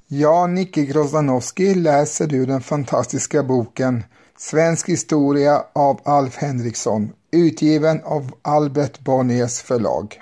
Jag, Nicke Grozdanowski, läser du den fantastiska boken Svensk historia av Alf Henriksson, utgiven av Albert Bonniers förlag.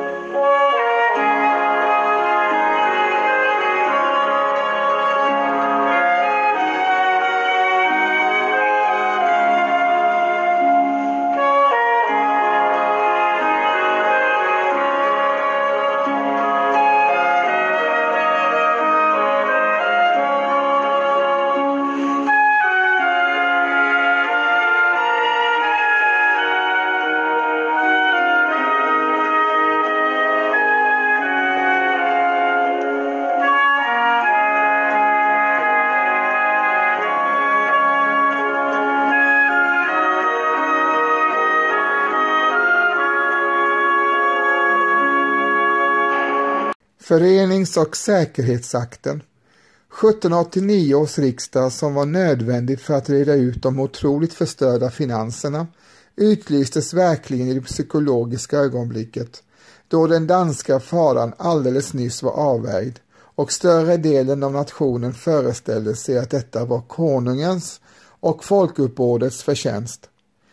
Förenings- och säkerhetsakten. 1789 års riksdag, som var nödvändig för att reda ut de otroligt förstörda finanserna, utlystes verkligen i det psykologiska ögonblicket, då den danska faran alldeles nyss var avvärjd och större delen av nationen föreställde sig att detta var konungens och folkuppbådets förtjänst.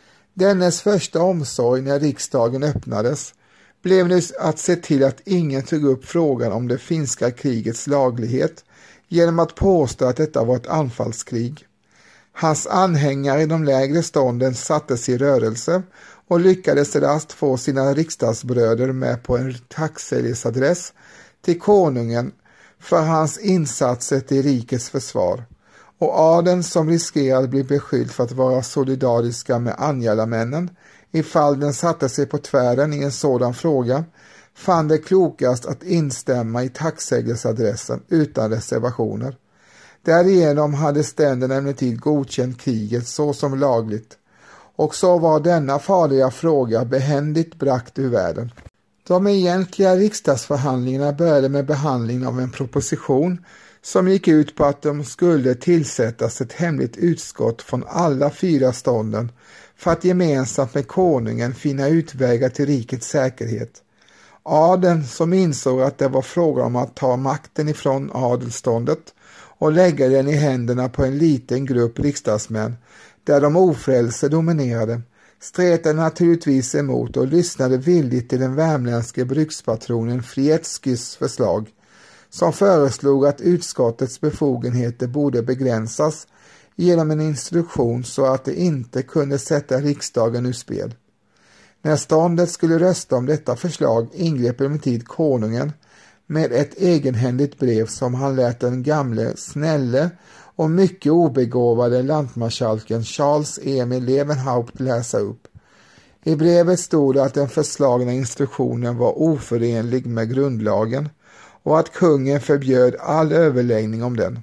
Dennes första omsorg när riksdagen öppnades blev nu att se till att ingen tog upp frågan om det finska krigets laglighet genom att påstå att detta var ett anfallskrig. Hans anhängare i de lägre stånden sattes i rörelse och lyckades raskt få sina riksdagsbröder med på en tacksägelseadress till konungen för hans insatser till rikets försvar, och adeln, som riskerade att bli beskylld för att vara solidariska med Anjala-männen ifall den satte sig på tvären i en sådan fråga, fann det klokast att instämma i tacksägelseadressen utan reservationer. Därigenom hade ständerna emellertid godkänt kriget så som lagligt, och så var denna farliga fråga behändigt brakt ur världen. De egentliga riksdagsförhandlingarna började med behandlingen av en proposition som gick ut på att de skulle tillsättas ett hemligt utskott från alla 4 stånden för att gemensamt med konungen finna utvägar till rikets säkerhet. Adeln, som insåg att det var fråga om att ta makten ifrån adelståndet och lägga den i händerna på en liten grupp riksdagsmän där de ofrälse dominerade, stretade naturligtvis emot och lyssnade villigt till den värmländske brukspatronen Frietskys förslag, som föreslog att utskottets befogenheter borde begränsas genom en instruktion så att det inte kunde sätta riksdagen ur spel. När ståndet skulle rösta om detta förslag ingrep emellertid konungen med ett egenhändigt brev som han lät den gamle, snälle och mycket obegåvade lantmarskalken Charles Emil Levenhaupt läsa upp. I brevet stod det att den förslagna instruktionen var oförenlig med grundlagen och att kungen förbjöd all överläggning om den.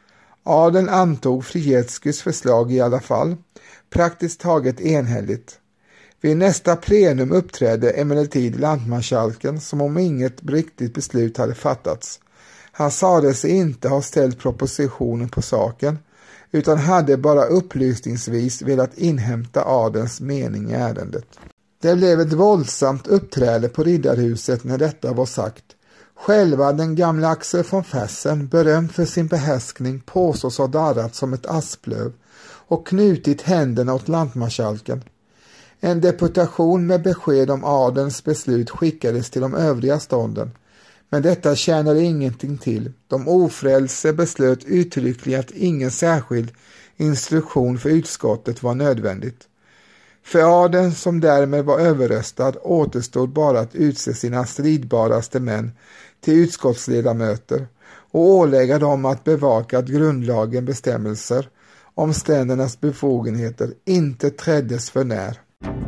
Adeln antog Frietskys förslag i alla fall, praktiskt taget enhälligt. Vid nästa plenum uppträdde emellertid lantmarskalken som om inget riktigt beslut hade fattats. Han sade sig inte ha ställt propositionen på saken, utan hade bara upplysningsvis velat inhämta adelns mening i ärendet. Det blev ett våldsamt uppträde på riddarhuset när detta var sagt. Själva den gamla Axel von Fersen, berömd för sin behärskning, påstås ha darrat som ett asplöv och knutit händerna åt lantmarskalken. En deputation med besked om adelns beslut skickades till de övriga stånden, men detta tjänade ingenting till. De ofrälse beslöt uttryckligen att ingen särskild instruktion för utskottet var nödvändigt. För adeln, som därmed var överröstad, återstod bara att utse sina stridbaraste män till utskottsledamöter och ålägga dem att bevaka att grundlagen bestämmelser om ständernas befogenheter inte träddes för när.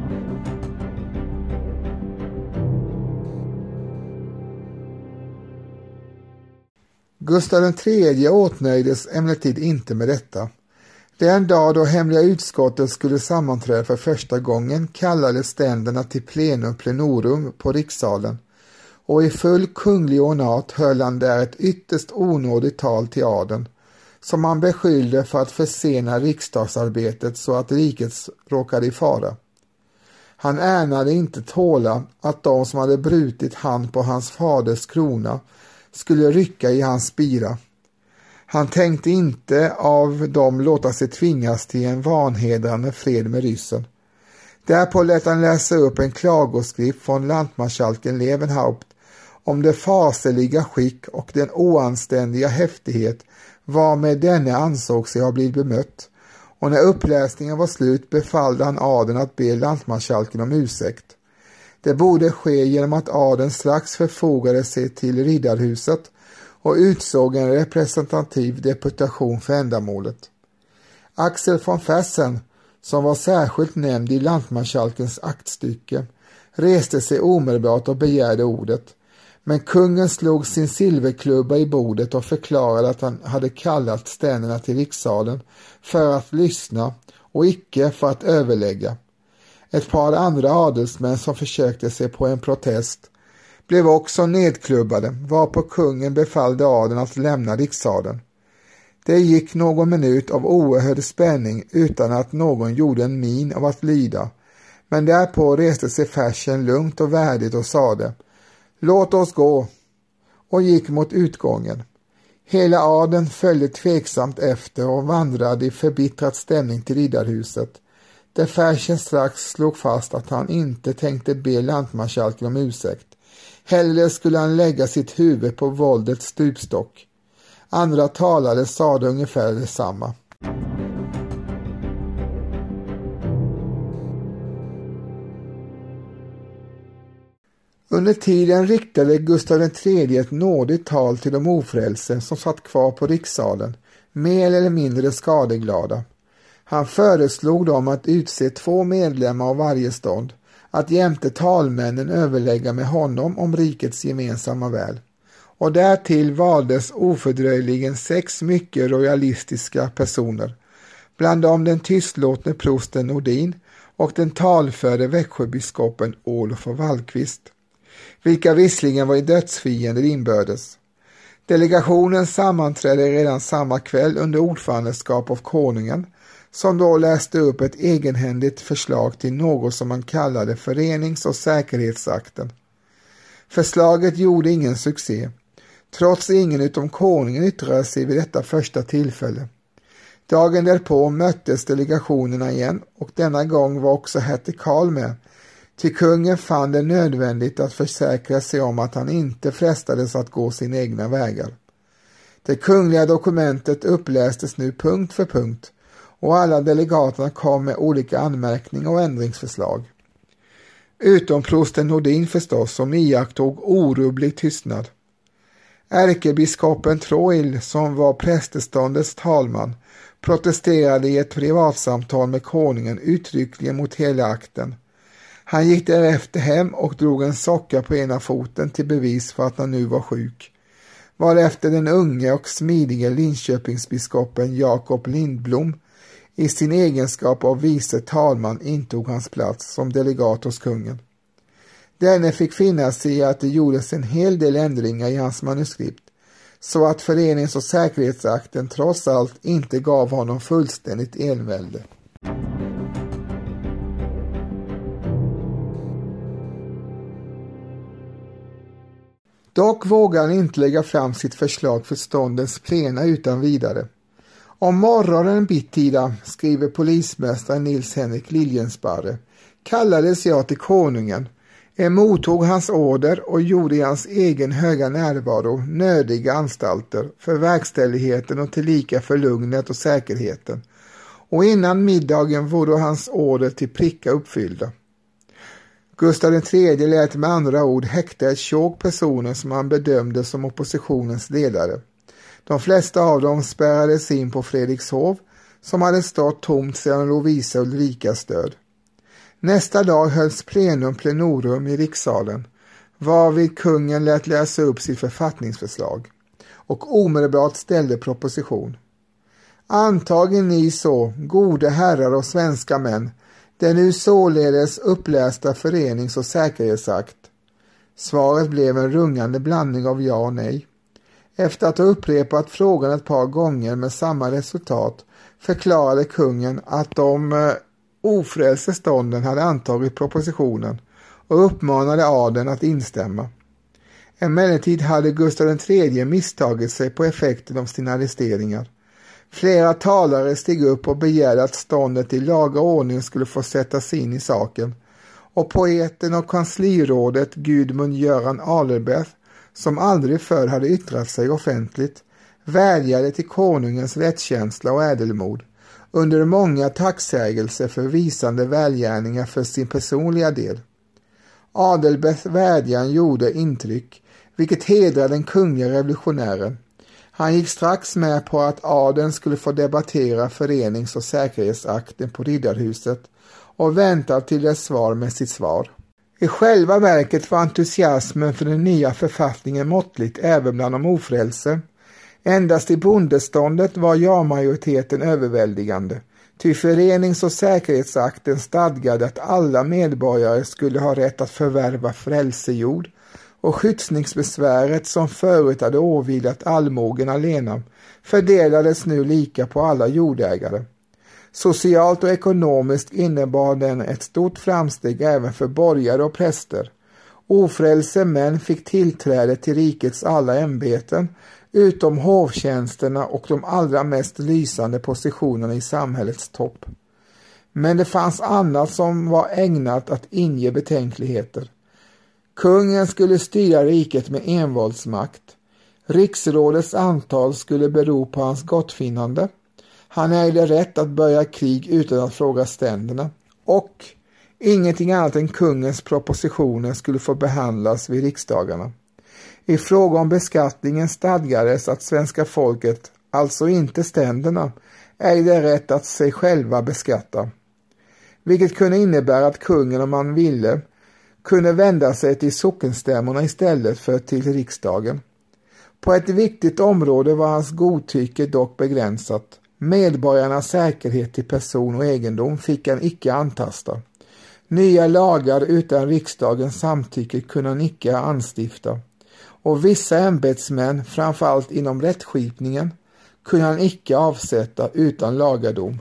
Gustav III åtnöjdes emellertid inte med detta. Den dag då hemliga utskottet skulle sammanträda för första gången kallades ständerna till plenum plenorum på rikssalen, och i full kunglig ornat höll han där ett ytterst onådigt tal till adeln, som han beskyllde för att försena riksdagsarbetet så att riket råkade i fara. Han ärnade inte tåla att de som hade brutit hand på hans faders krona skulle rycka i hans spira. Han tänkte inte av dem låta sig tvingas till en vanhedrande fred med ryssen. Därpå lät han läsa upp en klagoskrift från lantmarskalken Lewenhaupt om det faseliga skick och den oanständiga häftighet varmed denne ansåg sig ha blivit bemött, och när uppläsningen var slut befallde han adeln att be lantmarskalken om ursäkt. Det borde ske genom att adeln strax förfogade sig till riddarhuset och utsåg en representativ deputation för ändamålet. Axel von Fersen, som var särskilt nämnd i lantmarskalkens aktstycke, reste sig omedelbart och begärde ordet, men kungen slog sin silverklubba i bordet och förklarade att han hade kallat ständerna till rikssalen för att lyssna och icke för att överlägga. Ett par andra adelsmän som försökte sig på en protest blev också nedklubbade, varpå kungen befallde adeln att lämna rikssalen. Det gick någon minut av oerhörd spänning utan att någon gjorde en min av att lyda, men därpå reste sig Fersen lugnt och värdigt och sade: "Låt oss gå", och gick mot utgången. Hela adeln följde tveksamt efter och vandrade i förbittrat stämning till riddarhuset, där Fersen strax slog fast att han inte tänkte be lantmarskalken om ursäkt. Hellre skulle han lägga sitt huvud på våldets stupstock. Andra talare sade ungefär detsamma. Under tiden riktade Gustav III ett nådigt tal till de ofrälse som satt kvar på rikssalen, mer eller mindre skadeglada. Han föreslog dem att utse 2 medlemmar av varje stånd, att jämte talmännen överlägga med honom om rikets gemensamma väl. Och därtill valdes ofördröjligen 6 mycket royalistiska personer, bland dem den tystlåtne prosten Nordin och den talförde Växjöbiskopen Olof av Wallqvist, vilka visserligen var i dödsfiender inbördes. Delegationen sammanträdde redan samma kväll under ordförandeskap av konungen, som då läste upp ett egenhändigt förslag till något som man kallade förenings- och säkerhetsakten. Förslaget gjorde ingen succé, trots ingen utom konungen yttrade sig vid detta första tillfälle. Dagen därpå möttes delegationerna igen, och denna gång var också hertig Karl med, till kungen fann det nödvändigt att försäkra sig om att han inte frestades att gå sina egna vägar. Det kungliga dokumentet upplästes nu punkt för punkt, och alla delegaterna kom med olika anmärkningar och ändringsförslag. Utom prosten Nordin förstås, som iakttog orubblig tystnad. Ärkebiskopen Troil, som var prästeståndets talman, protesterade i ett privatsamtal med konungen uttryckligen mot hela akten. Han gick därefter hem och drog en socka på ena foten till bevis för att han nu var sjuk. Varefter den unge och smidige Linköpingsbiskopen Jakob Lindblom i sin egenskap av vice talman intog hans plats som delegat hos kungen. Denne fick finna sig i att det gjordes en hel del ändringar i hans manuskript, så att förenings- och säkerhetsakten trots allt inte gav honom fullständigt envälde. Dock vågade han inte lägga fram sitt förslag för ståndens plena utan vidare. Om morgonen bittida, skriver polismästaren Nils Henrik Liljensparre, kallades jag till konungen, emottog hans order och gjorde i hans egen höga närvaro nödiga anstalter för verkställigheten och tillika för lugnet och säkerheten, och innan middagen vore hans order till pricka uppfyllda. Gustav III lät med andra ord häkta ett tjog personer som han bedömde som oppositionens ledare. De flesta av dem spärrades in på Fredrikshov, som hade stått tomt sedan Lovisa Ulrikas död. Nästa dag hölls plenum plenorum i rikssalen, varvid kungen lät läsa upp sitt författningsförslag och omedelbart ställde proposition. Antagen ni så, gode herrar och svenska män, det nu således upplästa förenings- och säkerhetsakt. Svaret blev en rungande blandning av ja och nej. Efter att ha upprepat frågan ett par gånger med samma resultat förklarade kungen att de ofrälse stånden hade antagit propositionen och uppmanade adeln att instämma. Emellertid hade Gustav III misstagit sig på effekten av sina arresteringar. Flera talare steg upp och begärde att ståndet i laga ordning skulle få sättas in i saken, och poeten och kanslirådet Gudmund Göran Adalbert, som aldrig förr hade yttrat sig offentligt, vädjade till konungens rättskänsla och ädelmod, under många tacksägelser för visande välgärningar för sin personliga del. Adalberts vädjan gjorde intryck, vilket hedrade den kungliga revolutionären. Han gick strax med på att adeln skulle få debattera förenings- och säkerhetsakten på Riddarhuset och väntade till dess svar med sitt svar. I själva verket var entusiasmen för den nya författningen måttligt även bland de ofrälse. Endast i bondeståndet var ja-majoriteten överväldigande, ty förenings- och säkerhetsakten stadgade att alla medborgare skulle ha rätt att förvärva frälsejord, och skyddsningsbesväret som förut hade åvilat allmogen alena fördelades nu lika på alla jordägare. Socialt och ekonomiskt innebar den ett stort framsteg även för borgare och präster. Ofrälse män fick tillträde till rikets alla ämbeten, utom hovtjänsterna och de allra mest lysande positionerna i samhällets topp. Men det fanns annat som var ägnat att inge betänkligheter. Kungen skulle styra riket med envåldsmakt. Riksrådets antal skulle bero på hans gottfinnande. Han ägde rätt att börja krig utan att fråga ständerna. Och ingenting annat än kungens propositioner skulle få behandlas vid riksdagarna. I fråga om beskattningen stadgades att svenska folket, alltså inte ständerna, ägde rätt att sig själva beskatta. Vilket kunde innebära att kungen, om man ville, kunde vända sig till sockenstämmorna istället för till riksdagen. På ett viktigt område var hans godtycke dock begränsat. Medborgarnas säkerhet till person och egendom fick han icke antasta. Nya lagar utan riksdagens samtycke kunde han icke anstifta. Och vissa ämbetsmän, framförallt inom rättskipningen, kunde han icke avsätta utan lagadom.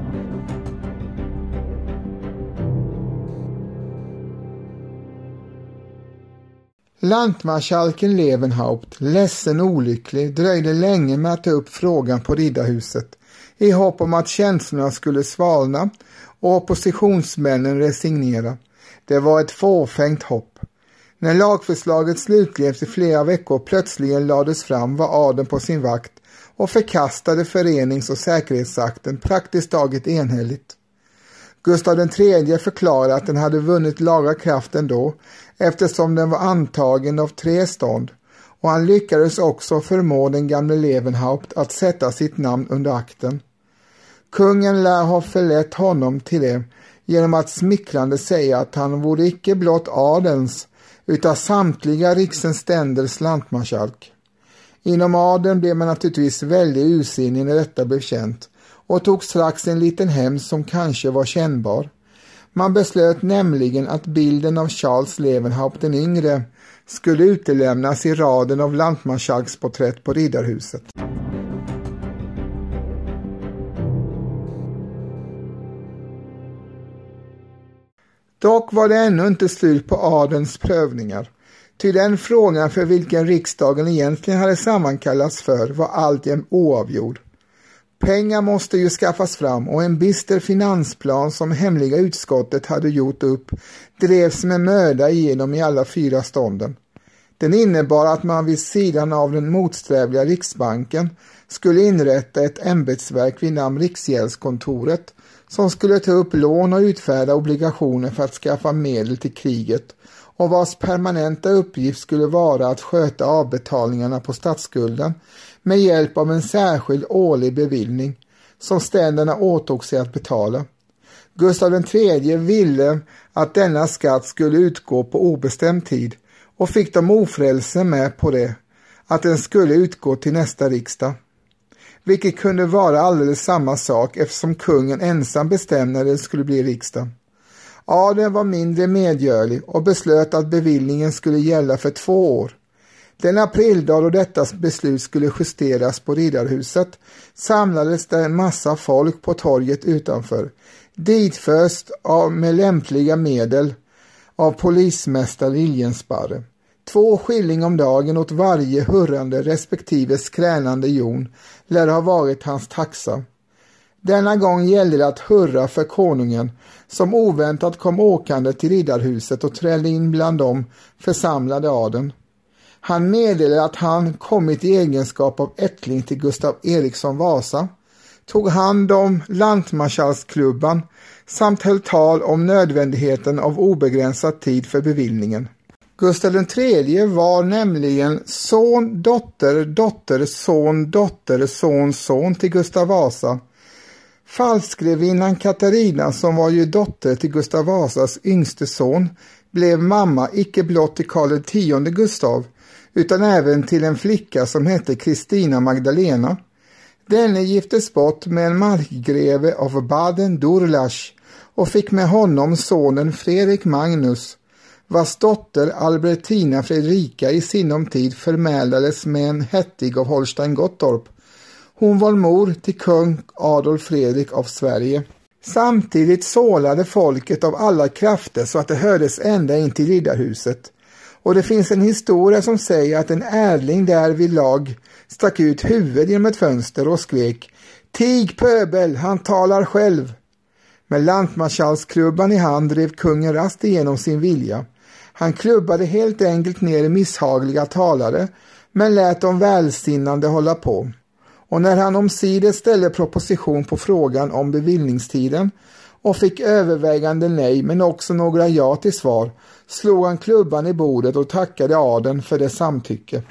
Lantmarskalken Levenhaupt, ledsen och olycklig, dröjde länge med att ta upp frågan på Riddarhuset, i hopp om att känslorna skulle svalna och oppositionsmännen resignera. Det var ett fåfängt hopp. När lagförslaget slutligen efter flera veckor plötsligen lades fram var adeln på sin vakt och förkastade förenings- och säkerhetsakten praktiskt taget enhälligt. Gustav III förklarade att den hade vunnit laga kraft ändå, eftersom den var antagen av 3 stånd, och han lyckades också förmå den gamle Levenhaupt att sätta sitt namn under akten. Kungen lär ha förlett honom till det genom att smickrande säga att han vore icke blott adelns utan samtliga riksens ständers lantmarskalk. Inom adeln blev man naturligtvis väldigt ursinnig när detta blev känt och tog strax en liten hämnd som kanske var kännbar. Man beslöt nämligen att bilden av Charles Levenhaupt den yngre skulle utelämnas i raden av lantmarskalksporträtt på Riddarhuset. Dock var det ännu inte slut på adelns prövningar, ty den frågan för vilken riksdagen egentligen hade sammankallats för var alltjämt oavgjord. Pengar måste ju skaffas fram och en bister finansplan som hemliga utskottet hade gjort upp drevs med möda igenom i alla 4 stånden. Den innebar att man vid sidan av den motsträvliga riksbanken skulle inrätta ett ämbetsverk vid namn Riksgäldskontoret som skulle ta upp lån och utfärda obligationer för att skaffa medel till kriget och vars permanenta uppgift skulle vara att sköta avbetalningarna på statsskulden med hjälp av en särskild årlig bevilling som ständerna åtog sig att betala. Gustav III ville att denna skatt skulle utgå på obestämd tid och fick de ofrälse med på det, att den skulle utgå till nästa riksdag. Vilket kunde vara alldeles samma sak eftersom kungen ensam bestämde när det skulle bli riksdag. Adeln var mindre medgörlig och beslöt att bevillningen skulle gälla för 2 år. Den aprildag då detta beslut skulle justeras på Riddarhuset samlades det en massa folk på torget utanför, ditförst med lämpliga medel av polismästare Liljensparre. 2 skilling om dagen åt varje hurrande respektive skränande jon lär ha varit hans taxa. Denna gång gällde det att hurra för konungen, som oväntat kom åkande till riddarhuset och trädde in bland dem församlade adeln. Han meddelade att han kommit i egenskap av ättling till Gustav Eriksson Vasa, tog hand om lantmarskalksklubban samt höll tal om nödvändigheten av obegränsad tid för bevillningen. Gustav III var nämligen son, dotter, dotter, son, dotter, son, son till Gustav Vasa. Falskgrevinnan Katarina, som var ju dotter till Gustav Vasas yngste son, blev mamma icke blott till Karl X Gustav, utan även till en flicka som hette Kristina Magdalena. Denne giftes bort med en markgreve av Baden-Durlach och fick med honom sonen Fredrik Magnus, vars dotter Albertina Fredrika i sinom tid förmälades med en Hettig av Holstein-Gottorp. Hon var mor till kung Adolf Fredrik av Sverige. Samtidigt sålade folket av alla krafter så att det hördes ända in till riddarhuset. Och det finns en historia som säger att en ärling där vid lag stack ut huvudet genom ett fönster och skrek: "Tig pöbel, han talar själv!" Med lantmarskalksklubban i hand drev kungen rast igenom sin vilja. Han klubbade helt enkelt ner misshagliga talare, men lät de välsinnande hålla på. Och när han omsider ställde proposition på frågan om bevillningstiden och fick övervägande nej men också några ja till svar, slog han klubban i bordet och tackade adeln för det samtycke.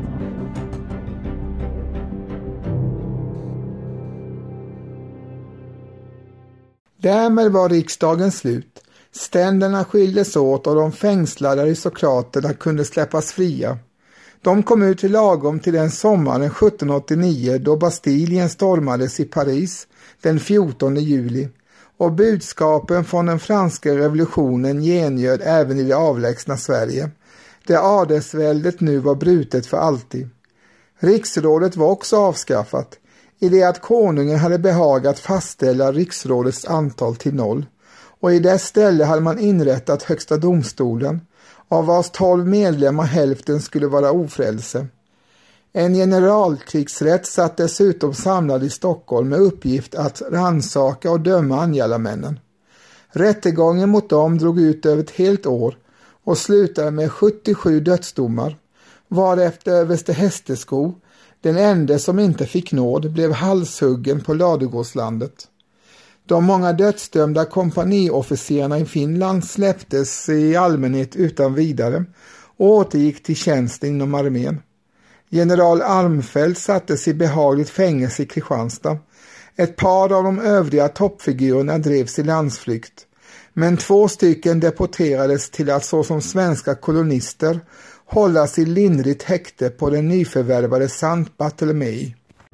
Därmed var riksdagen slut. Ständerna skildes åt och de fängslade aristokraterna kunde släppas fria. De kom ut till lagom till den sommaren 1789 då Bastiljen stormades i Paris den 14 juli och budskapen från den franska revolutionen gengöd även i det avlägsna Sverige, där adelsväldet nu var brutet för alltid. Riksrådet var också avskaffat, i det att konungen hade behagat fastställa riksrådets antal till 0, och i dess ställe hade man inrättat högsta domstolen, av vars 12 medlemmar hälften skulle vara ofrälse. En generalkrigsrätt satt dessutom samlad i Stockholm med uppgift att ransaka och döma angällarmännen. Rättegången mot dem drog ut över ett helt år och slutade med 77 dödsdomar, varefter överste Hästeskog, den enda som inte fick nåd, blev halshuggen på Ladugårdslandet. De många dödsdömda kompaniofficerarna i Finland släpptes i allmänhet utan vidare och återgick till tjänsten inom armén. General Armfelt sattes i behagligt fängelse i Kristianstad. Ett par av de övriga toppfigurerna drevs i landsflykt, men 2 stycken deporterades till att såsom svenska kolonister hållas i lindrigt häkte på den nyförvärvade Sant Bartolomei.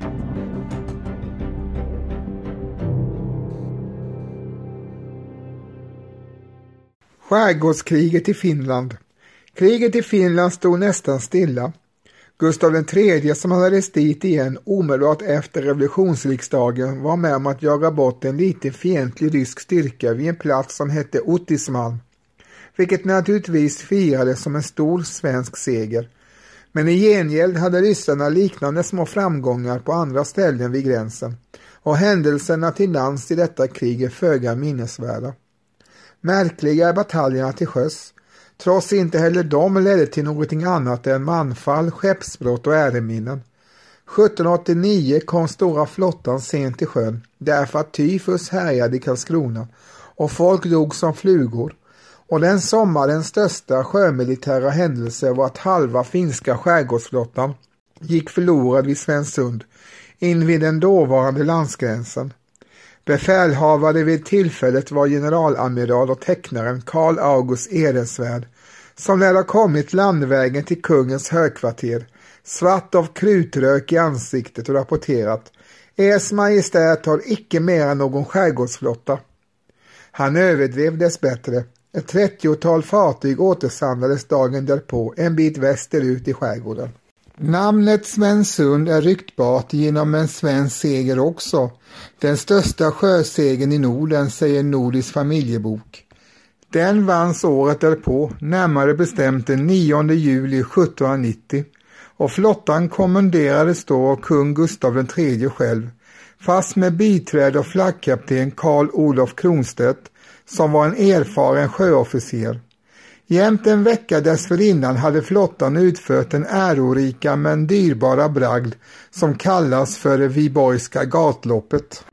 Skärgårdskriget i Finland. Kriget i Finland stod nästan stilla. Gustav III, som hade rest dit igen omedelbart efter revolutionsriksdagen, var med om att jaga bort en liten fientlig rysk styrka vid en plats som hette Ottismal, vilket naturligtvis firades som en stor svensk seger. Men i gengäld hade ryssarna liknande små framgångar på andra ställen vid gränsen, och händelserna till lands i detta krig är föga minnesvärda. Märkliga är bataljerna till sjöss, trots inte heller de ledde till någonting annat än manfall, skeppsbrott och äreminnen. 1789 kom stora flottan sent till sjön, därför att tyfus härjade i Karlskrona och folk dog som flugor. Och den sommarens största sjömilitära händelse var att halva finska skärgårdsflottan gick förlorad vid Svensund, in vid den dåvarande landsgränsen. Befälhavare vid tillfället var generalamiral och tecknaren Carl August Ehrensvärd, som lär ha kommit landvägen till kungens högkvarter, svart av krutrök i ansiktet, och rapporterat: Ers majestät har icke mera någon skärgårdsflotta. Han överdrev dess bättre. Ett 30-tal fartyg återsamlades dagen därpå en bit västerut i skärgården. Namnet Svensund är ryktbart genom en svensk seger också. Den största sjösegern i Norden, säger Nordisk familjebok. Den vanns året därpå, närmare bestämt den 9 juli 1790, och flottan kommenderades då av kung Gustav III själv, fast med biträde av flaggkapten Karl Olof Kronstedt, som var en erfaren sjöofficer. Jämt en vecka dessförinnan hade flottan utfört den ärorika men dyrbara bragd som kallas för det Viborgska gatloppet.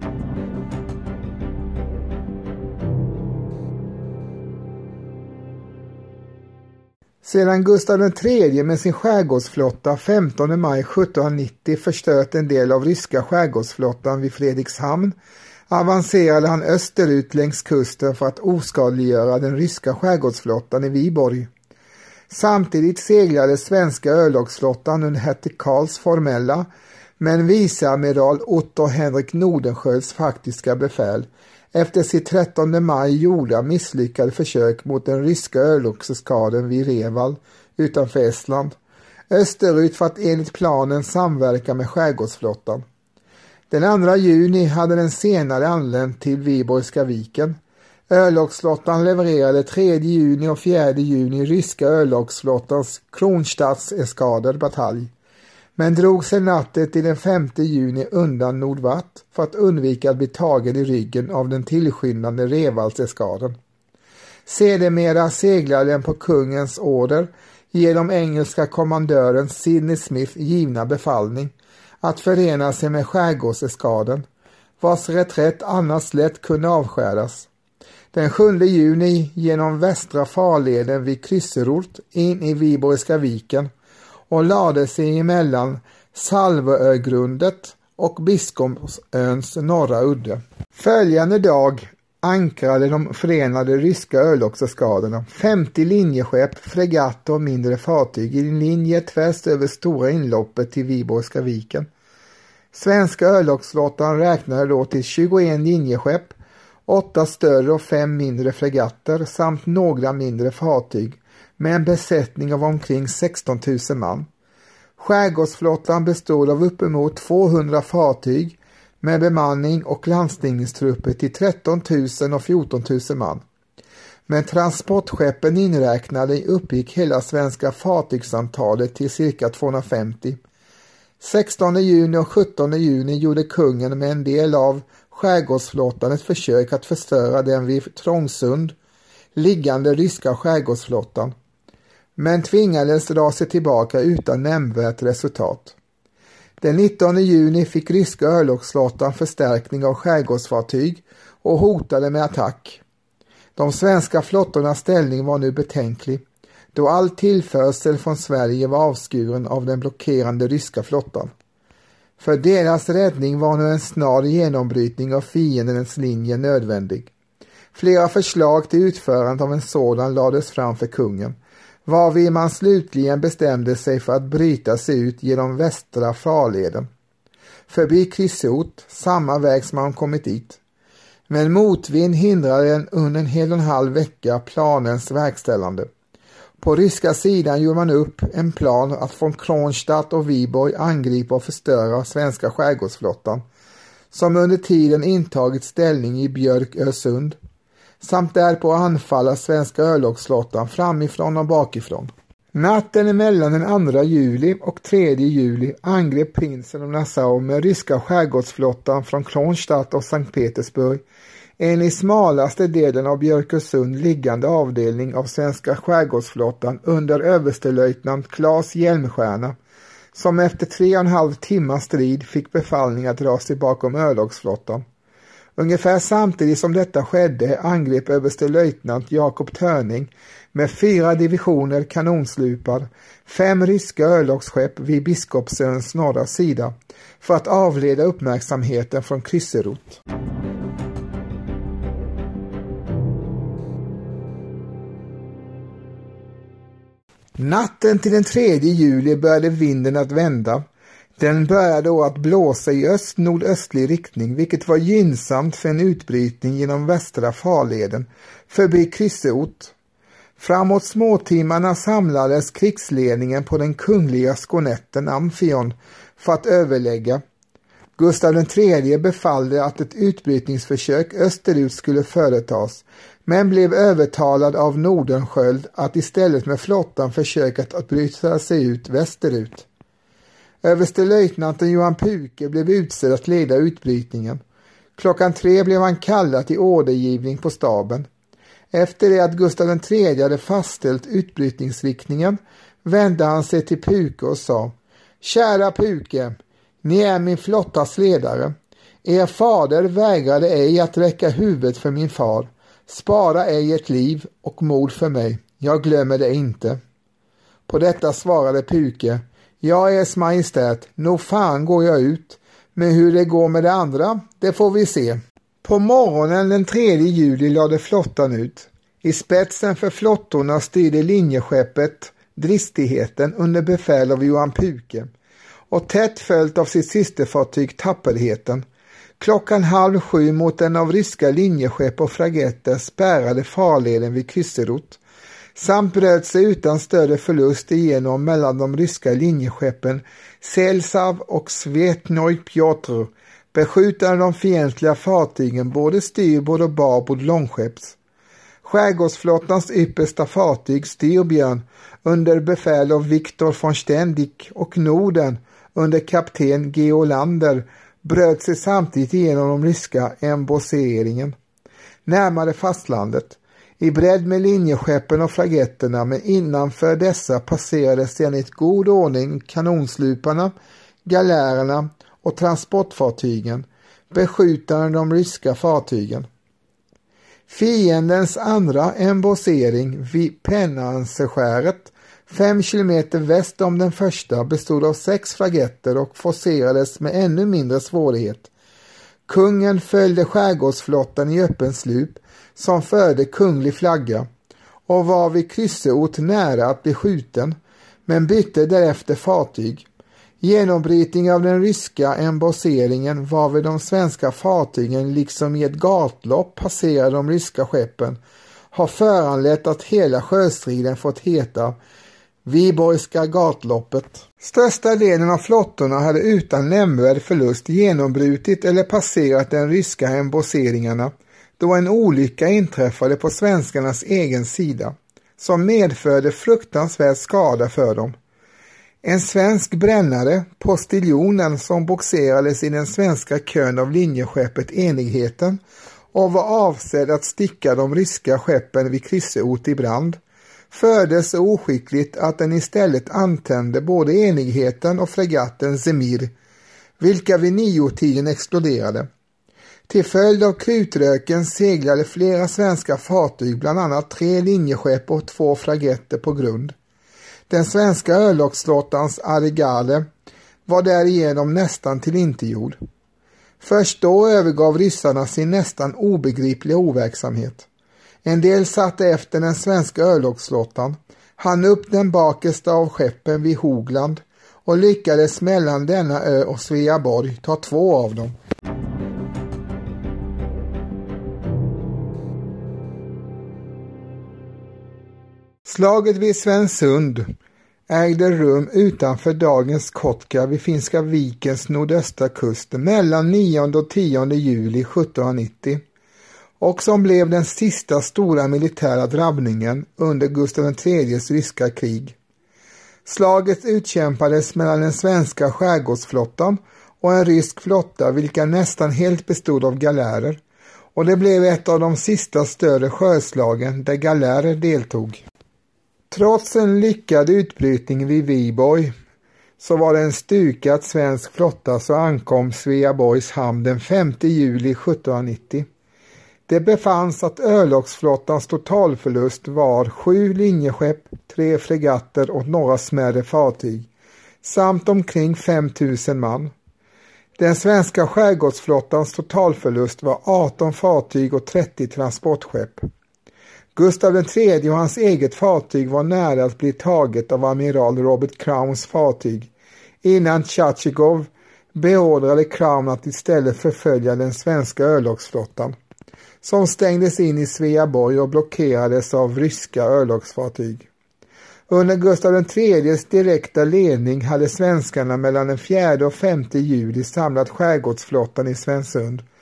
Sedan Gustav III med sin skärgårdsflotta 15 maj 1790 förstört en del av ryska skärgårdsflottan vid Fredrikshamn, avancerade han österut längs kusten för att oskadliggöra den ryska skärgårdsflottan i Viborg. Samtidigt seglade svenska örlogsflottan under hertig Karls formella, men viceamiral Otto Henrik Nordenskiölds faktiska befäl efter sitt 13 maj gjorda misslyckade försök mot den ryska örlogseskaden vid Reval utanför Estland, österut för att enligt planen samverka med skärgårdsflottan. Den 2 juni hade den senare anlänt till Viborgska viken. Örlogsflottan levererade 3 juni och 4 juni ryska örlogsflottans Kronstadteskader batalj, men drog sig natten till den 5 juni undan Nordvatt för att undvika att bli tagen i ryggen av den tillskyndande Revalseskaden. Sedermera seglade den på kungens order genom engelska kommandören Sidney Smith givna befallning att förena sig med skärgårdseskaden, vars reträtt annars lätt kunde avskäras. Den 7 juni genom västra farleden vid Krysserort in i Viborgska viken och lade sig emellan Salvögrundet och Biskopsöns norra udde. Följande dag ankrade de förenade ryska örlogseskaderna 50 linjeskepp, fregatter och mindre fartyg i en linje tvärs över stora inloppet till Viborgska viken. Svenska örlogsflottan räknade då till 21 linjeskepp, 8 större och 5 mindre fregatter samt några mindre fartyg med en besättning av omkring 16 000 man. Skärgårdsflottan bestod av uppemot 200 fartyg med bemanning och landstigningstrupper till 13 000 och 14 000 man. Men transportskeppen inräknade uppgick hela svenska fartygsantalet till cirka 250. 16 juni och 17 juni gjorde kungen med en del av skärgårdsflottan ett försök att förstöra den vid Trångsund liggande ryska skärgårdsflottan, men tvingades dra sig tillbaka utan nämnvärt resultat. Den 19 juni fick ryska örlogsflottan förstärkning av skärgårdsfartyg och hotade med attack. De svenska flottornas ställning var nu betänklig, då all tillförsel från Sverige var avskuren av den blockerande ryska flottan. För deras räddning var nu en snar genombrytning av fiendens linje nödvändig. Flera förslag till utförandet av en sådan lades fram för kungen, varvid man slutligen bestämde sig för att bryta sig ut genom västra farleden, förbi Krysserort, samma väg som man kommit dit. Men motvind hindrade den under en hel och en halv vecka planens verkställande. På ryska sidan gjorde man upp en plan att från Kronstadt och Viborg angripa och förstöra svenska skärgårdsflottan, som under tiden intagit ställning i Björkösund, samt därpå anfalla svenska örlogsflottan framifrån och bakifrån. Natten mellan den 2 juli och 3 juli angrep prinsen av Nassau med ryska skärgårdsflottan från Kronstadt och Sankt Petersburg en i smalaste delen av Björkösund liggande avdelning av svenska skärgårdsflottan under överstelöjtnant Claes Hjelmstierna, som efter 3,5 timmars strid fick befallning att dra sig bakom örlogsflottan. Ungefär samtidigt som detta skedde angrep överstelöjtnant Jakob Törning med 4 divisioner kanonslupar 5 ryska örlogsskepp vid Biskopsöns norra sida för att avleda uppmärksamheten från Krysserort. Natten till den 3 juli började vinden att vända. Den började då att blåsa i öst-nordöstlig riktning, vilket var gynnsamt för en utbrytning genom västra farleden förbi Krysserort. Framåt småtimmarna samlades krigsledningen på den kungliga skonetten Amphion för att överlägga. Gustav III befallde att ett utbrytningsförsök österut skulle företas, men blev övertalad av Nordenskjöld att istället med flottan försöka att bryta sig ut västerut. Överstelöjtnanten Johan Puke blev utsedd att leda utbrytningen. 3:00 blev han kallad till ordergivning på staben. Efter det att Gustav III hade fastställt utbrytningsriktningen vände han sig till Puke och sa: Kära Puke, ni är min flottas ledare. Er fader vägrade ej att räcka huvudet för min far. Spara ej ett liv och mod för mig. Jag glömmer det inte. På detta svarade Puke: Ja, ers majestät, nog fan går jag ut. Men hur det går med det andra, det får vi se. På morgonen den 3 juli lade flottan ut. I spetsen för flottorna styrde linjeskeppet Dristigheten under befäl av Johan Puke och tätt följt av sitt systerfartyg Tapperheten. 6:30 mot en av ryska linjeskepp och fragetter spärrade farleden vid Krysserot samt bröt sig utan större förlust igenom mellan de ryska linjeskeppen Selsav och Svetnoj Pjotr, beskjutande de fientliga fartygen både styrbord och barbord långskepps. Skärgårdsflottans yppersta fartyg Styrbjörn under befäl av Viktor von Ständig och Norden under kapten Geolander bröt sig samtidigt igenom de ryska embosseringen. Närmare fastlandet, i bredd med linjeskeppen och fragetterna, men innanför dessa passerades sedan i god ordning kanonsluparna, galärerna och transportfartygen, beskjutande de ryska fartygen. Fiendens andra embossering vid Pennanseskäret, 5 kilometer väst om den första, bestod av 6 fragetter och forcerades med ännu mindre svårighet. Kungen följde skärgårdsflottan i öppen slup som förde kunglig flagga och var vid Krysserot nära att bli skjuten, men bytte därefter fartyg. Genombrytning av den ryska embosseringen varvid de svenska fartygen liksom i ett gatlopp passerade de ryska skeppen har föranlett att hela sjöstriden fått heta Viborgska gatloppet. Största delen av flottorna hade utan nämnvärd förlust genombrutit eller passerat den ryska embosseringarna då en olycka inträffade på svenskarnas egen sida som medförde fruktansvärd skada för dem. En svensk brännare, postiljonen som boxerades i den svenska kön av linjeskeppet Enigheten och var avsedd att sticka de ryska skeppen vid Krysserot i brand, fördes så oskickligt att den istället antände både Enigheten och fregatten Zemir, vilka vid 9-tiden exploderade. Till följd av krutröken seglade flera svenska fartyg, bland annat 3 linjeskepp och 2 fragetter på grund. Den svenska örlogsflottans aggregater var därigenom nästan tillintetgjord. Först då övergav ryssarna sin nästan obegripliga overksamhet. En del satte efter den svenska örlogsflottan, hann upp den bakersta av skeppen vid Hogland och lyckades mellan denna ö och Sveaborg ta 2 av dem. Slaget vid Svensund ägde rum utanför dagens Kotka vid Finska vikens nordöstra kust mellan 9 och 10 juli 1790 och som blev den sista stora militära drabbningen under Gustav III:s ryska krig. Slaget utkämpades mellan den svenska skärgårdsflottan och en rysk flotta vilka nästan helt bestod av galärer, och det blev ett av de sista större sjöslagen där galärer deltog. Trots en lyckad utbrytning vid Viborg så var det en stukad svensk flotta så ankom Sveaborgs hamn den 5 juli 1790. Det befanns att örlogsflottans totalförlust var 7 linjeskepp, 3 fregatter och några smärre fartyg, samt omkring 5000 man. Den svenska skärgårdsflottans totalförlust var 18 fartyg och 30 transportskepp. Gustav III och hans eget fartyg var nära att bli taget av amiral Robert Crowns fartyg, innan Tjatjikov beordrade Crown att istället förfölja den svenska örlogsflottan, som stängdes in i Sveaborg och blockerades av ryska örlogsfartyg. Under Gustav III:s direkta ledning hade svenskarna mellan den 4 och 5 juli samlat skärgårdsflottan i Svensund,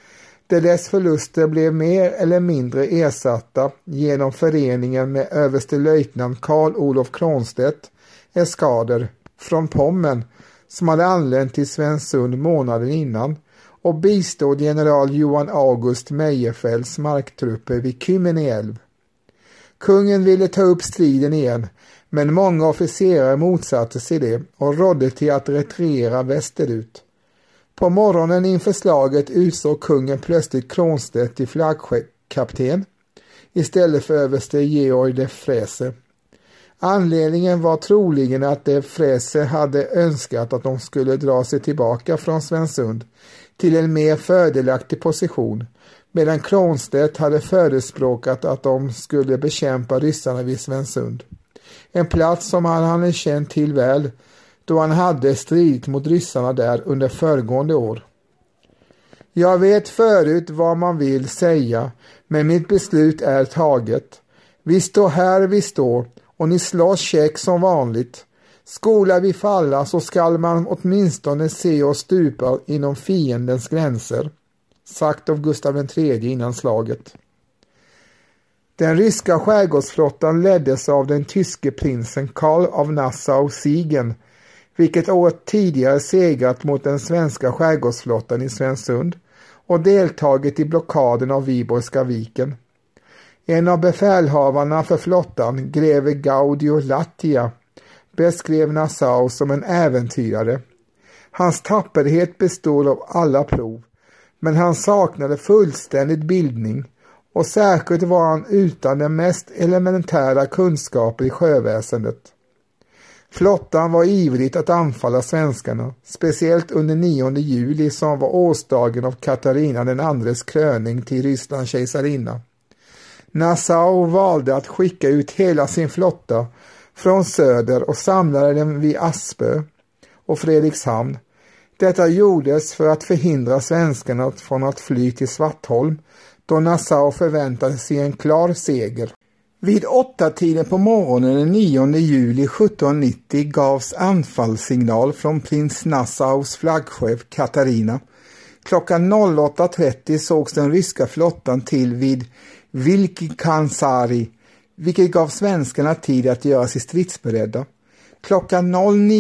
där dess förluster blev mer eller mindre ersatta genom föreningen med överstelöjtnant Karl Olof Kronstedt, eskader från Pommern, som hade anlänt till Svensund månaden innan och bistod general Johan August Meijerfelds marktrupper vid Kymmen. Kungen ville ta upp striden igen, men många officerare motsatte sig det och rådde till att retirera västerut. På morgonen inför slaget utsåg kungen plötsligt Kronstedt till flaggskeppskapten istället för överste Georg de Frese. Anledningen var troligen att de Frese hade önskat att de skulle dra sig tillbaka från Svensund till en mer fördelaktig position, medan Kronstedt hade förespråkat att de skulle bekämpa ryssarna vid Svensund. En plats som han hade känt till väl, då han hade stridit mot ryssarna där under föregående år. Jag vet förut vad man vill säga, men mitt beslut är taget. Vi står här vi står, och ni slåss käck som vanligt. Skola vi falla så skall man åtminstone se oss stupa inom fiendens gränser. Sagt av Gustav III innan slaget. Den ryska skärgårdsflottan leddes av den tyske prinsen Karl av Nassau-Siegen, vilket år tidigare segrat mot den svenska skärgårdsflottan i Svensund och deltagit i blockaden av Viborgska viken. En av befälhavarna för flottan, greve Gaudio Lattia, beskrev Nassau som en äventyrare. Hans tapperhet bestod av alla prov, men han saknade fullständigt bildning och särskilt var han utan den mest elementära kunskaper i sjöväsendet. Flottan var ivrigt att anfalla svenskarna, speciellt under 9 juli som var årsdagen av Katarina den andres kröning till Rysslands kejsarinna. Nassau valde att skicka ut hela sin flotta från söder och samlade den vid Aspö och Fredrikshamn. Detta gjordes för att förhindra svenskarna från att fly till Svartholm, då Nassau förväntade sig en klar seger. Vid 8-tiden på morgonen den 9 juli 1790 gavs anfallssignal från prins Nassaus flaggskepp Katarina. Klockan 08.30 sågs den ryska flottan till vid Vilkikansari, vilket gav svenskarna tid att göra sig stridsberedda. Klockan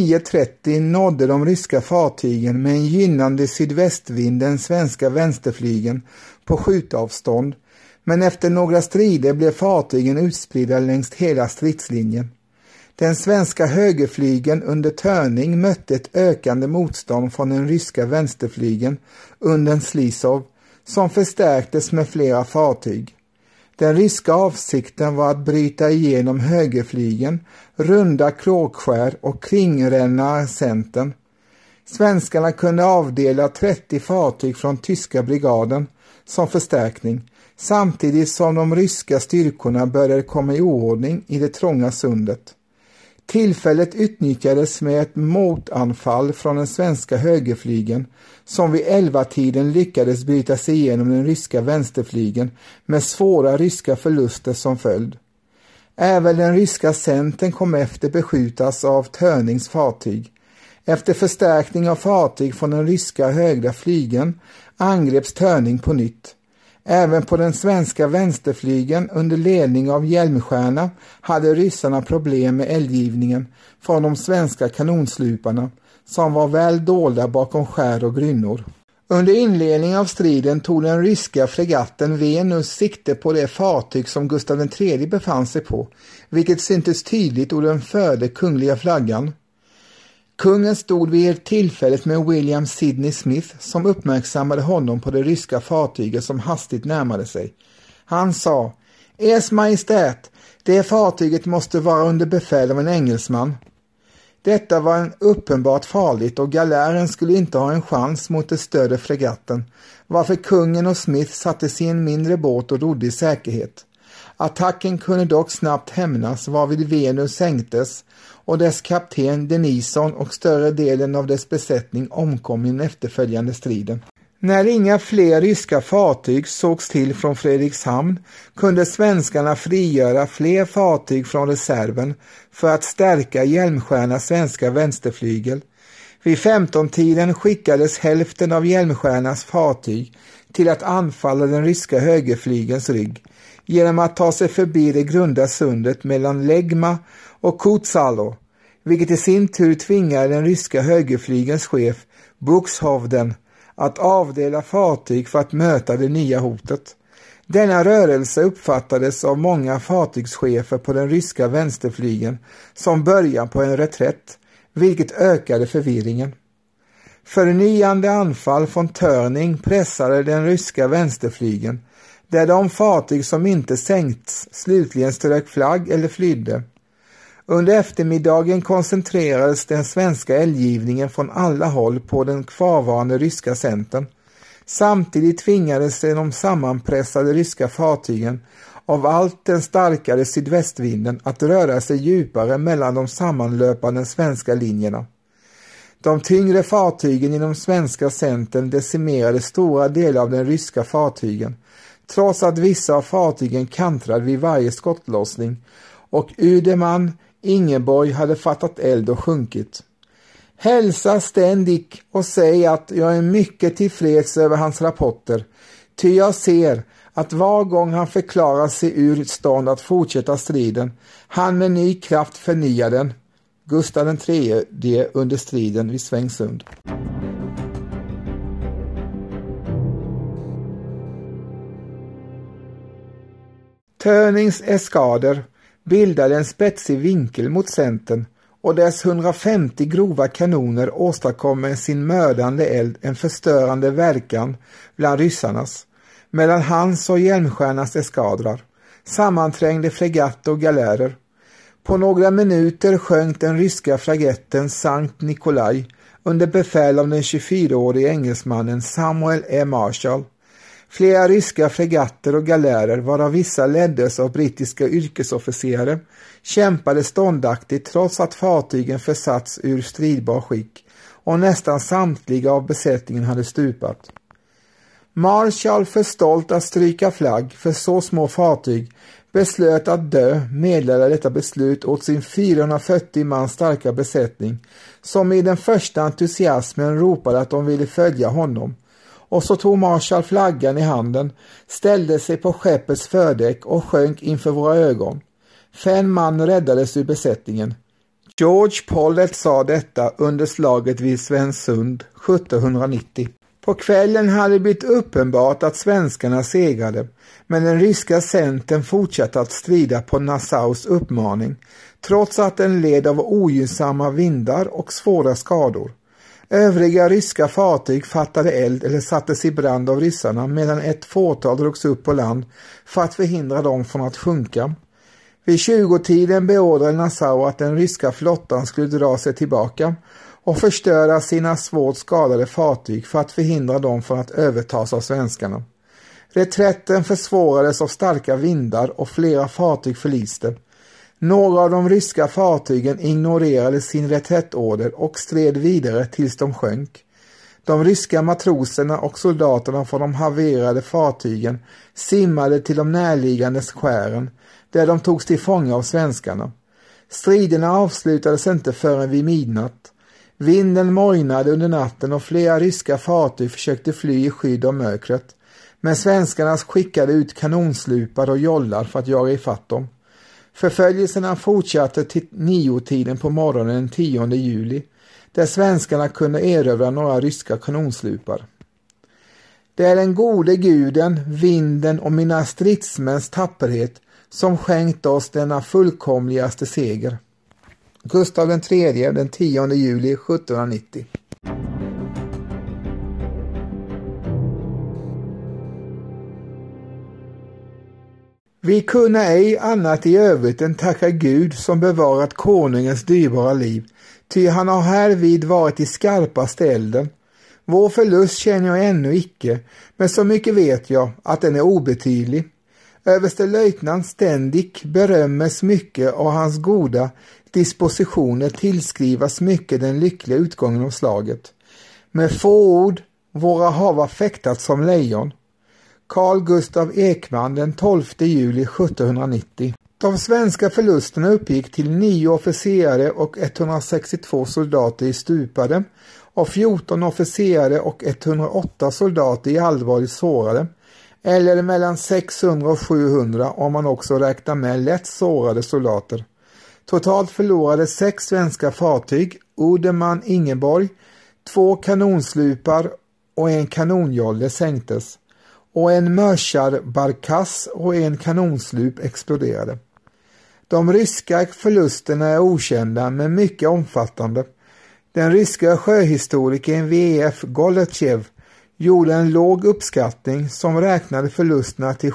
09.30 nådde de ryska fartygen med en gynnande sydvästvind den svenska vänsterflygen på skjutavstånd, men efter några strider blev fartygen utspridda längs hela stridslinjen. Den svenska högerflygen under törning mötte ett ökande motstånd från den ryska vänsterflygen under Slisov, som förstärktes med flera fartyg. Den ryska avsikten var att bryta igenom högerflygen, runda Kråkskär och kringränna centern. Svenskarna kunde avdela 30 fartyg från tyska brigaden som förstärkning, samtidigt som de ryska styrkorna började komma i oordning i det trånga sundet. Tillfället utnyttjades med ett motanfall från den svenska högerflygen som vid 11-tiden lyckades bryta sig igenom den ryska vänsterflygen med svåra ryska förluster som följd. Även den ryska centern kom efter beskjutas av Törnings fartyg. Efter förstärkning av fartyg från den ryska högra flygen angreps Törning på nytt. Även på den svenska vänsterflygen under ledning av Hjälmstjärna hade ryssarna problem med eldgivningen från de svenska kanonsluparna som var väl dolda bakom skär och grynnor. Under inledning av striden tog den ryska fregatten Venus sikte på det fartyg som Gustav III befann sig på, vilket syntes tydligt ur den förde kungliga flaggan. Kungen stod vid tillfället med William Sidney Smith som uppmärksammade honom på det ryska fartyget som hastigt närmade sig. Han sa: "Ers Majestät, det fartyget måste vara under befäl av en engelsman." Detta var en uppenbart farligt och galären skulle inte ha en chans mot det större fregatten, varför kungen och Smith satte sig i en mindre båt och rodde i säkerhet. Attacken kunde dock snabbt hämnas varvid Venus sänktes och dess kapten Denison och större delen av dess besättning omkom i den efterföljande striden. När inga fler ryska fartyg sågs till från Fredrikshamn kunde svenskarna frigöra fler fartyg från reserven för att stärka Hjälmstjärnas svenska vänsterflygel. Vid 15-tiden skickades hälften av Hjälmstjärnas fartyg till att anfalla den ryska högerflygens rygg genom att ta sig förbi det grunda sundet mellan Legma och Kutsalo, vilket i sin tur tvingade den ryska högerflygens chef Buxhovden att avdela fartyg för att möta det nya hotet. Denna rörelse uppfattades av många fartygschefer på den ryska vänsterflygen som början på en reträtt, vilket ökade förvirringen. Förnyande anfall från Törning pressade den ryska vänsterflygen, där de fartyg som inte sänkts slutligen strök flagg eller flydde. Under eftermiddagen koncentrerades den svenska eldgivningen från alla håll på den kvarvarande ryska centern. Samtidigt tvingades de sammanpressade ryska fartygen av allt den starkare sydvästvinden att röra sig djupare mellan de sammanlöpande svenska linjerna. De tyngre fartygen i de svenska centern decimerade stora delar av den ryska fartygen, trots att vissa av fartygen kantrade vid varje skottlossning, och Udeman, Ingeborg hade fattat eld och sjunkit. Hälsa ständigt och säg att jag är mycket tillfreds över hans rapporter, ty jag ser att var gång han förklarar sig ur stånd att fortsätta striden, han med ny kraft förnyar den. Gustav III under striden vid Svängsund. Törnings eskader bildade en spetsig vinkel mot centern och dess 150 grova kanoner åstadkom med sin mördande eld en förstörande verkan bland ryssarnas. Mellan hans och Hjälmstjärnas eskadrar sammanträngde fregatter och galärer. På några minuter sjönk den ryska fragetten Sankt Nikolaj under befäl av den 24-årige engelsmannen Samuel E. Marshall. Flera ryska fregatter och galärer, varav vissa leddes av brittiska yrkesofficerare, kämpade ståndaktigt trots att fartygen försatts ur stridbar skick och nästan samtliga av besättningen hade stupat. Marshall, för stolt att stryka flagg för så små fartyg, beslöt att meddelade detta beslut åt sin 440 man starka besättning, som i den första entusiasmen ropade att de ville följa honom. Och så tog Marshall flaggan i handen, ställde sig på skeppets fördäck och sjönk inför våra ögon. 5 man räddades ur besättningen. George Pollet sa detta under slaget vid Svängsund 1790. På kvällen hade det blivit uppenbart att svenskarna segrade, men den ryska centern fortsatte att strida på Nassaus uppmaning, trots att den led av ogynnsamma vindar och svåra skador. Övriga ryska fartyg fattade eld eller sattes i brand av ryssarna, medan ett fåtal drogs upp på land för att förhindra dem från att sjunka. Vid 20-tiden beordrade Nassau att den ryska flottan skulle dra sig tillbaka och förstöra sina svårt skadade fartyg för att förhindra dem från att övertas av svenskarna. Reträtten försvårades av starka vindar och flera fartyg förliste. Några av de ryska fartygen ignorerade sin reträttorder och stred vidare tills de sjönk. De ryska matroserna och soldaterna från de havererade fartygen simmade till de närliggande skären, där de togs till fånga av svenskarna. Striderna avslutades inte förrän vid midnatt. Vinden mojnade under natten och flera ryska fartyg försökte fly i skydd av mörkret, men svenskarna skickade ut kanonslupar och jollar för att jaga ifatt dem. Förföljelserna fortsatte till 9-tiden på morgonen den 10 juli, där svenskarna kunde erövra några ryska kanonslupar. Det är den gode guden, vinden och mina stridsmäns tapperhet som skänkt oss denna fullkomligaste seger. Gustav III den 10 juli 1790. Vi kunna ej annat i övrigt än tacka Gud som bevarat konungens dyrbara liv, ty han har härvid varit i skarpaste elden. Vår förlust känner jag ännu icke, men så mycket vet jag att den är obetydlig. Överste löjtnant ständigt berömmes mycket och hans goda dispositioner tillskrivas mycket den lyckliga utgången av slaget. Med få ord, våra hava fäktat som lejon. Carl Gustav Ekman den 12 juli 1790. De svenska förlusterna uppgick till 9 officerare och 162 soldater i stupade och 14 officerare och 108 soldater i allvarligt sårade, eller mellan 600 och 700 om man också räknar med lätt sårade soldater. Totalt förlorade 6 svenska fartyg, Oderman Ingeborg, 2 kanonslupar och en kanonjolle sänktes, och en Mörsarbarkass och en kanonslup exploderade. De ryska förlusterna är okända men mycket omfattande. Den ryska sjöhistorikern V.F. Goletjev gjorde en låg uppskattning som räknade förlusterna till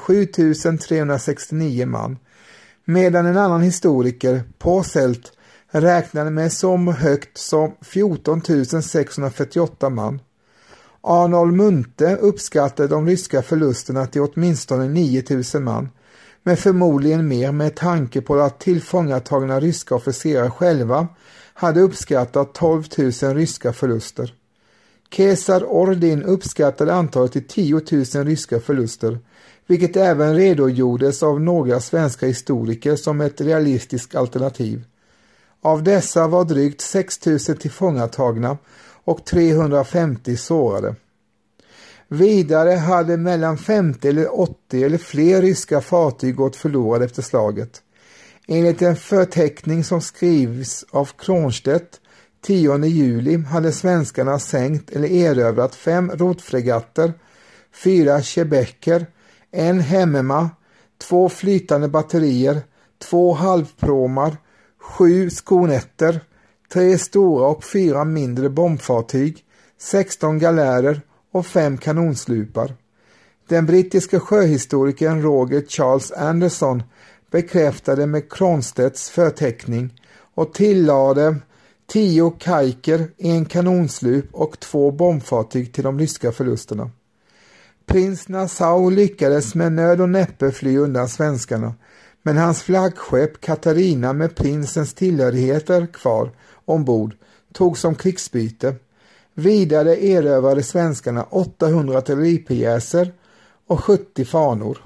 7369 man, medan en annan historiker, Posselt, räknade med så högt som 14 648 man. Arnold Munthe uppskattade de ryska förlusterna till åtminstone 9000 man, men förmodligen mer med tanke på att tillfångatagna ryska officerare själva hade uppskattat 12 000 ryska förluster. Kesar Ordin uppskattade antalet till 10 000 ryska förluster, vilket även redogjordes av några svenska historiker som ett realistiskt alternativ. Av dessa var drygt 6 000 tillfångatagna och 350 sårade. Vidare hade mellan 50 eller 80 eller fler ryska fartyg gått förlorade efter slaget. Enligt en förteckning som skrivs av Kronstedt 10 juli hade svenskarna sänkt eller erövrat 5 rotfregatter, 4 Quebecer, 1 Hemmema, 2 flytande batterier, 2 halvpromar, 7 skonetter, 3 stora och 4 mindre bombfartyg, 16 galärer och 5 kanonslupar. Den brittiska sjöhistorikern Roger Charles Anderson bekräftade med Kronstedts förteckning och tillade 10 kajker, 1 kanonslup och 2 bombfartyg till de ryska förlusterna. Prins Nassau lyckades med nöd och näppe fly undan svenskarna, men hans flaggskepp Katarina med prinsens tillhörigheter kvar ombord tog som krigsbyte. Vidare erövrade svenskarna 800 artilleripjäser och 70 fanor.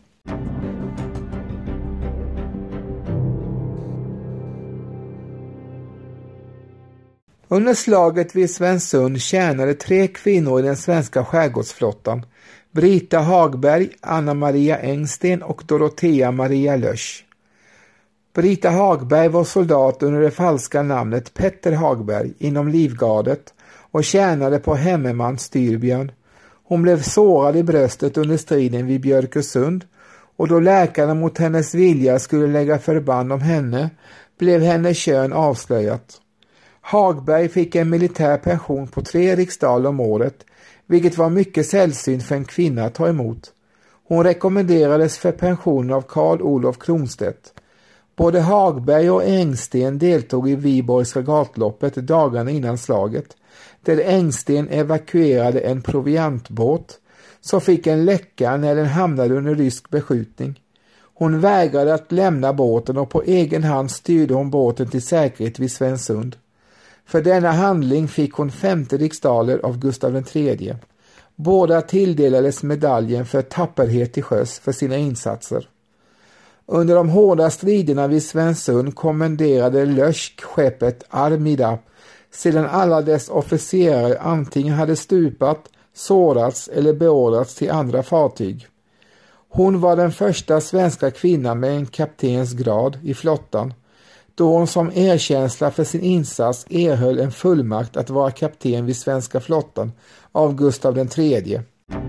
Under slaget vid Svensund tjänade 3 kvinnor i den svenska skärgårdsflottan, Brita Hagberg, Anna Maria Engsten och Dorothea Maria Lösch. Brita Hagberg var soldat under det falska namnet Petter Hagberg inom livgardet och tjänade på Hemmemans Styrbjörn. Hon blev sårad i bröstet under striden vid Björkösund, och då läkarna mot hennes vilja skulle lägga förband om henne blev hennes kön avslöjat. Hagberg fick en militär pension på 3 riksdaler om året, vilket var mycket sällsynt för en kvinna att ta emot. Hon rekommenderades för pension av Karl Olof Kronstedt. Både Hagberg och Engsten deltog i Viborgska gatloppet dagarna innan slaget, där Engsten evakuerade en proviantbåt som fick en läcka när den hamnade under rysk beskjutning. Hon vägrade att lämna båten och på egen hand styrde hon båten till säkerhet vid Svensund. För denna handling fick hon 50 riksdaler av Gustav III. Båda tilldelades medaljen för tapperhet till sjöss för sina insatser. Under de hårda striderna vid Svensund kommenderade Lösch skeppet Armida, sedan alla dess officerare antingen hade stupat, sårats eller beordrats till andra fartyg. Hon var den första svenska kvinnan med en kaptens grad i flottan, då hon som erkänsla för sin insats erhöll en fullmakt att vara kapten vid svenska flottan av Gustav III.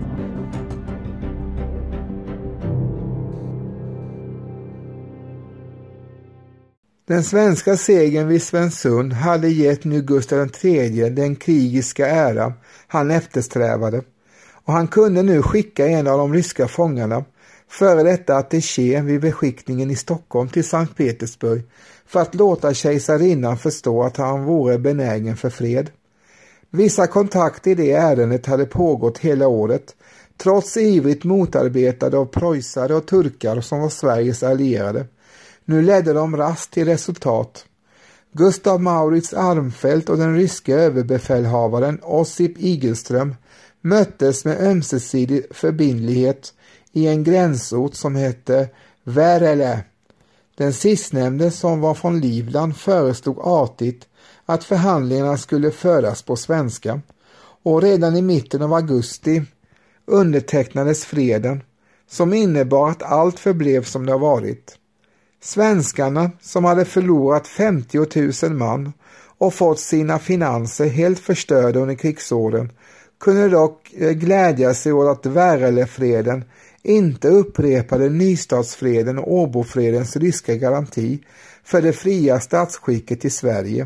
Den svenska segern vid Svensund hade gett nu Gustav III den krigiska ära han eftersträvade, och han kunde nu skicka en av de ryska fångarna, före detta attaché vid beskickningen i Stockholm, till Sankt Petersburg för att låta kejsarinnan förstå att han vore benägen för fred. Vissa kontakter i det ärendet hade pågått hela året, trots ivrigt motarbetade av preussare och turkar som var Sveriges allierade. Nu ledde de raskt till resultat. Gustav Maurits Armfelt och den ryska överbefälhavaren Ossip Igelström möttes med ömsesidig förbindlighet i en gränsort som hette Värele. Den sistnämnde, som var från Livland, föreslog artigt att förhandlingarna skulle föras på svenska, och redan i mitten av augusti undertecknades freden, som innebar att allt förblev som det har varit. Svenskarna, som hade förlorat 50 000 man och fått sina finanser helt förstörda under krigsåren, kunde dock glädja sig åt att Värelefreden inte upprepade Nystadsfreden och Åbofredens ryska garanti för det fria statsskicket i Sverige.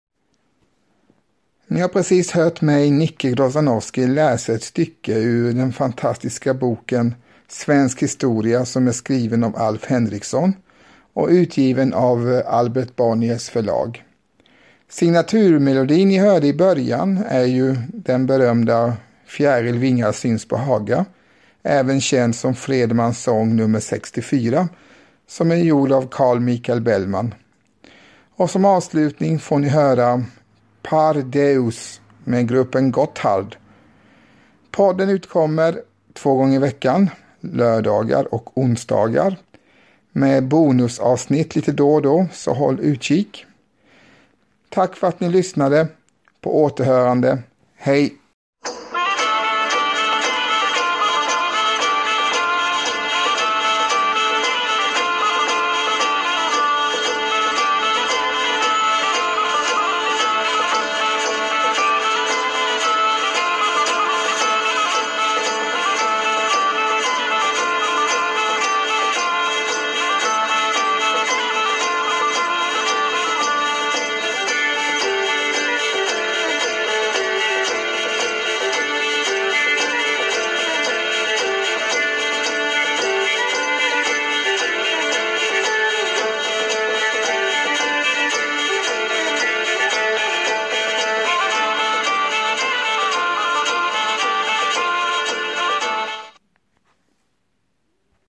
Ni har precis hört mig, Nicke Grozanowski, läsa ett stycke ur den fantastiska boken Svensk historia, som är skriven av Alf Henriksson och utgiven av Albert Bonniers förlag. Signaturmelodin ni hörde i början är ju den berömda Fjäril vingar syns på Haga, även känd som Fredmans sång nummer 64, som är gjord av Carl Michael Bellman. Och som avslutning får ni höra Par Deus med gruppen Gotthard. Podden utkommer 2 gånger i veckan, lördagar och onsdagar, med bonusavsnitt lite då och då, så håll utkik. Tack för att ni lyssnade. På återhörande. Hej!